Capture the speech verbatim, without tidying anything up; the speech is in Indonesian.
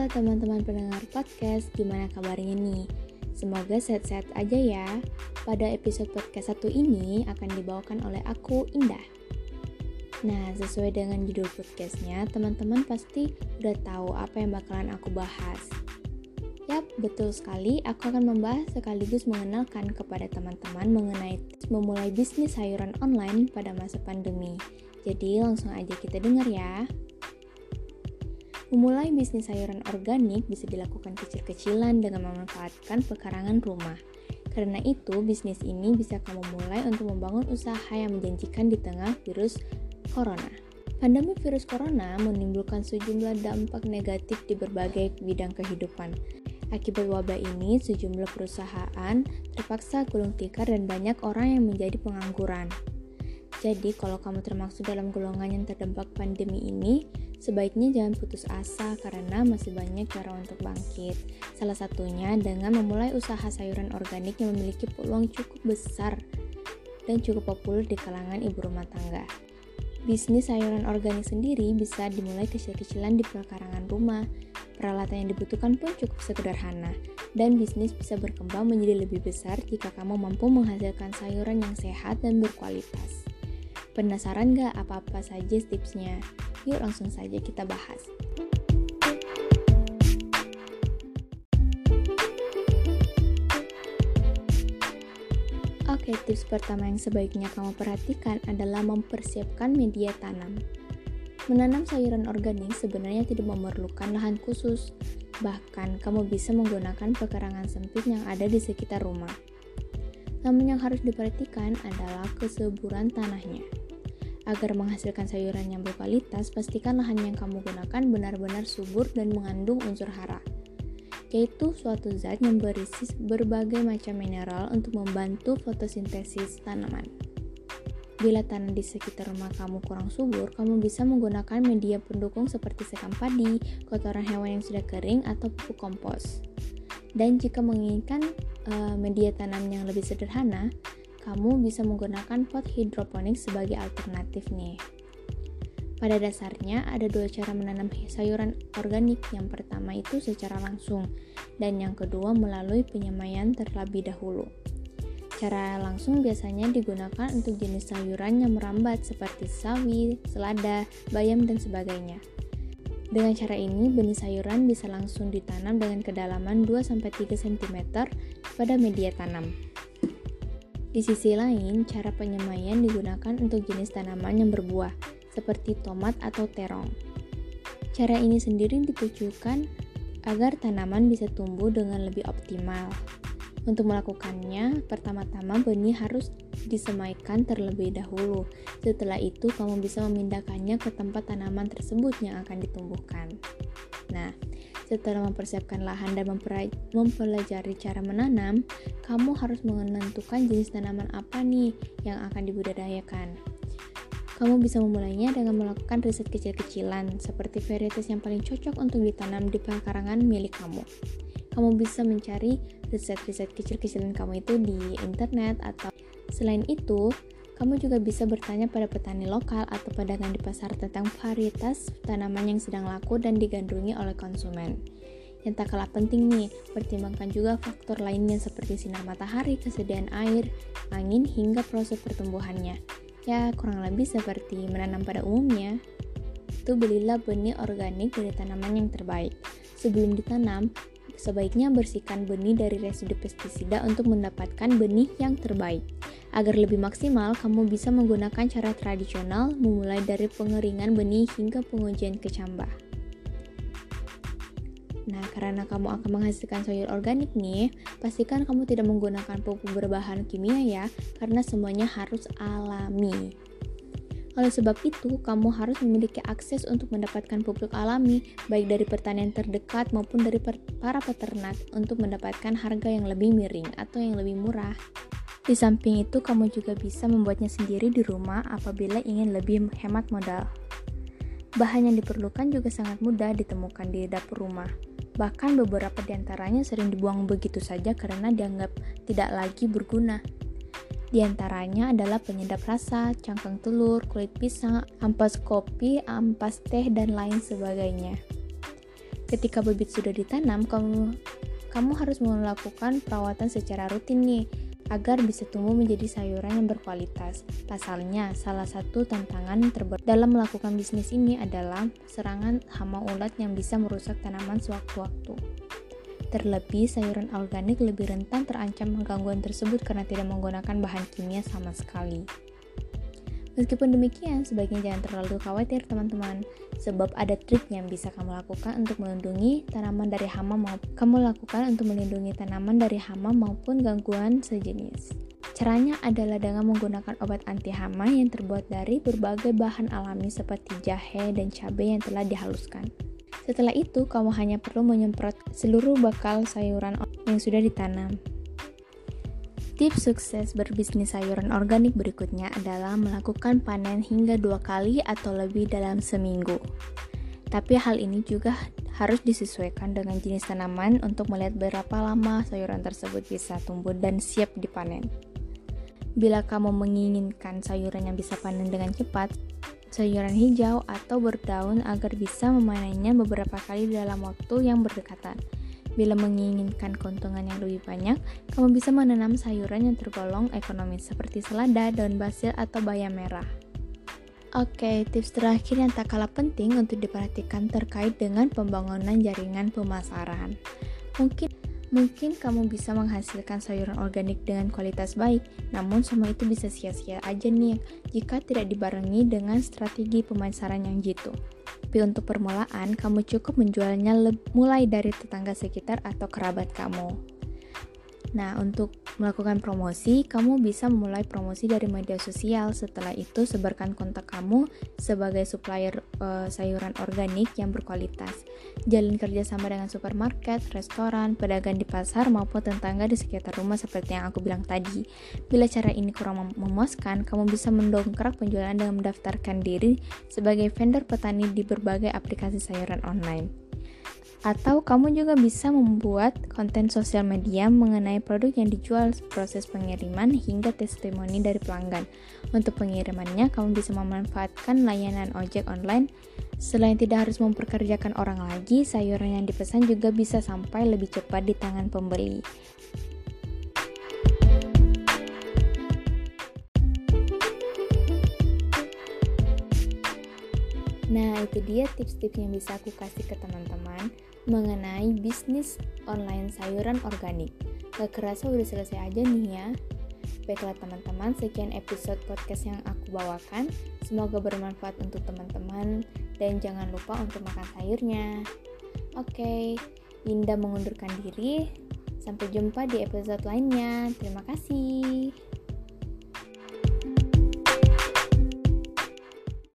Halo teman-teman pendengar podcast, gimana kabarnya nih? Semoga sehat-sehat aja ya. Pada episode podcast satu ini akan dibawakan oleh aku, Indah. Nah, sesuai dengan judul podcastnya, teman-teman pasti udah tahu apa yang bakalan aku bahas. Yap, betul sekali, aku akan membahas sekaligus mengenalkan kepada teman-teman mengenai memulai bisnis sayuran online pada masa pandemi. Jadi langsung aja kita dengar ya. Memulai bisnis sayuran organik bisa dilakukan kecil-kecilan dengan memanfaatkan pekarangan rumah. Karena itu, bisnis ini bisa kamu mulai untuk membangun usaha yang menjanjikan di tengah virus corona. Pandemi virus corona menimbulkan sejumlah dampak negatif di berbagai bidang kehidupan. Akibat wabah ini, sejumlah perusahaan terpaksa gulung tikar dan banyak orang yang menjadi pengangguran. Jadi, kalau kamu termasuk dalam golongan yang terdampak pandemi ini, sebaiknya jangan putus asa karena masih banyak cara untuk bangkit. Salah satunya dengan memulai usaha sayuran organik yang memiliki peluang cukup besar dan cukup populer di kalangan ibu rumah tangga. Bisnis sayuran organik sendiri bisa dimulai kecil-kecilan di pekarangan rumah. Peralatan yang dibutuhkan pun cukup sederhana, dan bisnis bisa berkembang menjadi lebih besar jika kamu mampu menghasilkan sayuran yang sehat dan berkualitas. Penasaran gak apa-apa saja tipsnya? Yuk langsung saja kita bahas. Oke, tips pertama yang sebaiknya kamu perhatikan adalah mempersiapkan media tanam. Menanam sayuran organik sebenarnya tidak memerlukan lahan khusus. Bahkan, kamu bisa menggunakan pekarangan sempit yang ada di sekitar rumah. Namun yang harus diperhatikan adalah kesuburan tanahnya. Agar menghasilkan sayuran yang berkualitas, pastikan lahan yang kamu gunakan benar-benar subur dan mengandung unsur hara, yaitu suatu zat yang berisi berbagai macam mineral untuk membantu fotosintesis tanaman. Bila tanah di sekitar rumah kamu kurang subur, kamu bisa menggunakan media pendukung seperti sekam padi, kotoran hewan yang sudah kering, atau pupuk kompos. Dan jika menginginkan uh, media tanam yang lebih sederhana, kamu bisa menggunakan pot hidroponik sebagai alternatif nih. Pada dasarnya ada dua cara menanam sayuran organik. Yang pertama itu secara langsung, dan yang kedua melalui penyemaian terlebih dahulu. Cara langsung biasanya digunakan untuk jenis sayuran yang merambat seperti sawi, selada, bayam, dan sebagainya. Dengan cara ini, benih sayuran bisa langsung ditanam dengan kedalaman dua sampai tiga sentimeter pada media tanam. Di sisi lain, cara penyemaian digunakan untuk jenis tanaman yang berbuah, seperti tomat atau terong. Cara ini sendiri ditujukan agar tanaman bisa tumbuh dengan lebih optimal. Untuk melakukannya, pertama-tama benih harus disemaikan terlebih dahulu. Setelah itu, kamu bisa memindahkannya ke tempat tanaman tersebut yang akan ditumbuhkan. Nah, setelah mempersiapkan lahan dan mempelajari cara menanam, kamu harus menentukan jenis tanaman apa nih yang akan dibudidayakan. Kamu bisa memulainya dengan melakukan riset kecil-kecilan, seperti varietas yang paling cocok untuk ditanam di pekarangan milik kamu. Kamu bisa mencari riset-riset kecil-kecilan kamu itu di internet, atau selain itu, kamu juga bisa bertanya pada petani lokal atau pedagang di pasar tentang varietas tanaman yang sedang laku dan digandrungi oleh konsumen. Yang tak kalah penting nih, pertimbangkan juga faktor lainnya seperti sinar matahari, kesediaan air, angin, hingga proses pertumbuhannya. Ya, kurang lebih seperti menanam pada umumnya. Itu belilah benih organik dari tanaman yang terbaik. Sebelum ditanam, sebaiknya bersihkan benih dari residu pestisida untuk mendapatkan benih yang terbaik. Agar lebih maksimal, kamu bisa menggunakan cara tradisional, memulai dari pengeringan benih hingga pengujian kecambah. Nah, karena kamu akan menghasilkan sayur organik nih, pastikan kamu tidak menggunakan pupuk berbahan kimia ya, karena semuanya harus alami. Oleh sebab itu, kamu harus memiliki akses untuk mendapatkan pupuk alami, baik dari pertanian terdekat maupun dari per- para peternak, untuk mendapatkan harga yang lebih miring atau yang lebih murah. Di samping itu, kamu juga bisa membuatnya sendiri di rumah apabila ingin lebih hemat modal. Bahan yang diperlukan juga sangat mudah ditemukan di dapur rumah. Bahkan beberapa di antaranya sering dibuang begitu saja karena dianggap tidak lagi berguna. Di antaranya adalah penyedap rasa, cangkang telur, kulit pisang, ampas kopi, ampas teh, dan lain sebagainya. Ketika bibit sudah ditanam, kamu kamu harus melakukan perawatan secara rutin nih, agar bisa tumbuh menjadi sayuran yang berkualitas. Pasalnya, salah satu tantangan terberat dalam melakukan bisnis ini adalah serangan hama ulat yang bisa merusak tanaman sewaktu-waktu. Terlebih, sayuran organik lebih rentan terancam gangguan tersebut karena tidak menggunakan bahan kimia sama sekali. Meskipun demikian, sebaiknya jangan terlalu khawatir teman-teman, sebab ada trik yang bisa kamu lakukan untuk melindungi tanaman dari hama maupun kamu lakukan untuk melindungi tanaman dari hama maupun gangguan sejenis. Caranya adalah dengan menggunakan obat anti hama yang terbuat dari berbagai bahan alami seperti jahe dan cabai yang telah dihaluskan. Setelah itu, kamu hanya perlu menyemprot seluruh bakal sayuran yang sudah ditanam. Tips sukses berbisnis sayuran organik berikutnya adalah melakukan panen hingga dua kali atau lebih dalam seminggu. Tapi hal ini juga harus disesuaikan dengan jenis tanaman untuk melihat berapa lama sayuran tersebut bisa tumbuh dan siap dipanen. Bila kamu menginginkan sayuran yang bisa panen dengan cepat, sayuran hijau atau berdaun agar bisa memanennya beberapa kali dalam waktu yang berdekatan. Bila menginginkan keuntungan yang lebih banyak, kamu bisa menanam sayuran yang tergolong ekonomis seperti selada, daun basil, atau bayam merah. Oke, tips terakhir yang tak kalah penting untuk diperhatikan terkait dengan pembangunan jaringan pemasaran. Mungkin Mungkin kamu bisa menghasilkan sayuran organik dengan kualitas baik, namun semua itu bisa sia-sia aja nih jika tidak dibarengi dengan strategi pemasaran yang jitu. Tapi untuk permulaan, kamu cukup menjualnya le- mulai dari tetangga sekitar atau kerabat kamu. Nah, untuk melakukan promosi, kamu bisa memulai promosi dari media sosial. Setelah itu, sebarkan kontak kamu sebagai supplier e, sayuran organik yang berkualitas. Jalin kerjasama dengan supermarket, restoran, pedagang di pasar, maupun tetangga di sekitar rumah seperti yang aku bilang tadi. Bila cara ini kurang memuaskan, kamu bisa mendongkrak penjualan dengan mendaftarkan diri sebagai vendor petani di berbagai aplikasi sayuran online. Atau kamu juga bisa membuat konten sosial media mengenai produk yang dijual, proses pengiriman, hingga testimoni dari pelanggan. Untuk pengirimannya, kamu bisa memanfaatkan layanan ojek online. Selain tidak harus memperkerjakan orang lagi, sayuran yang dipesan juga bisa sampai lebih cepat di tangan pembeli. Nah, itu dia tips-tips yang bisa aku kasih ke teman-teman mengenai bisnis online sayuran organik. Gak kerasa udah selesai aja nih ya. Baiklah teman-teman, sekian episode podcast yang aku bawakan. Semoga bermanfaat untuk teman-teman dan jangan lupa untuk makan sayurnya. Oke, Linda mengundurkan diri. Sampai jumpa di episode lainnya. Terima kasih.